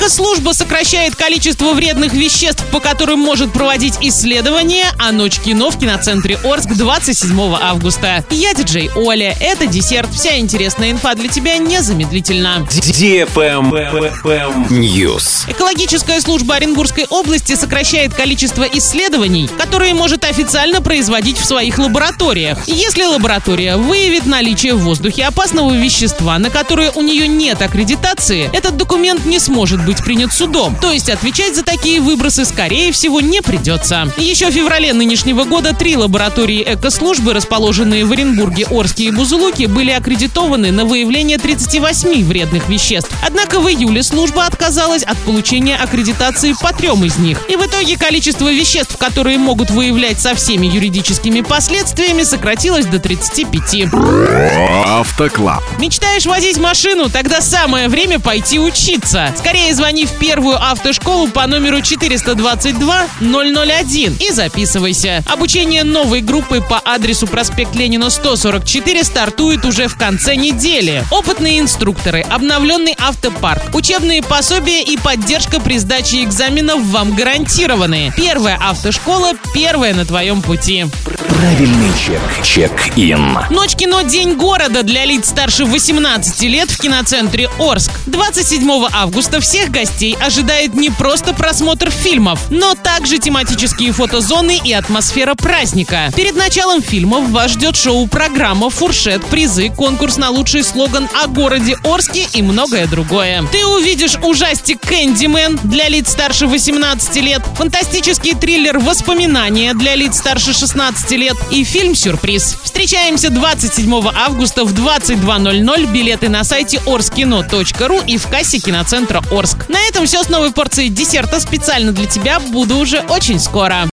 Экослужба сокращает количество вредных веществ, по которым может проводить исследования, а Ночь кино в киноцентре Орск 27 августа. Я диджей Оля. Это десерт. Вся интересная инфа для тебя незамедлительно. News. Экологическая служба Оренбургской области сокращает количество исследований, которые может официально производить в своих лабораториях. Если лаборатория выявит наличие в воздухе опасного вещества, на которое у нее нет аккредитации, этот документ не сможет быть принят судом. То есть отвечать за такие выбросы, скорее всего, не придется. Еще в феврале нынешнего года 3 лаборатории экослужбы, расположенные в Оренбурге, Орске и Бузулуке, были аккредитованы на выявление 38 вредных веществ. Однако в июле служба отказалась от получения аккредитации по 3 из них. И в итоге количество веществ, которые могут выявлять со всеми юридическими последствиями, сократилось до 35. Автоклаб. Мечтаешь водить машину? Тогда самое время пойти учиться. Скорее звони в первую автошколу по номеру 422 001 и записывайся. Обучение новой группы по адресу проспект Ленина 144 стартует уже в конце недели. Опытные инструкторы, обновленный автопарк, учебные пособия и поддержка при сдаче экзаменов вам гарантированы. Первая автошкола, первая на твоем пути. Правильный чек. Чек-ин. Ночь кино «День города» для лиц старше 18 лет в киноцентре Орск. 27 августа всех гостей ожидает не просто просмотр фильмов, но также тематические фотозоны и атмосфера праздника. Перед началом фильмов вас ждет шоу-программа, фуршет, призы, конкурс на лучший слоган о городе Орске и многое другое. Ты увидишь ужастик «Кэндимен» для лиц старше 18 лет, фантастический триллер «Воспоминания» для лиц старше 16 лет и фильм-сюрприз. Встречаемся 27 августа в 22:00. Билеты на сайте orskino.ru и в кассе киноцентра Орск. На этом все с новой порцией десерта специально для тебя. Буду уже очень скоро.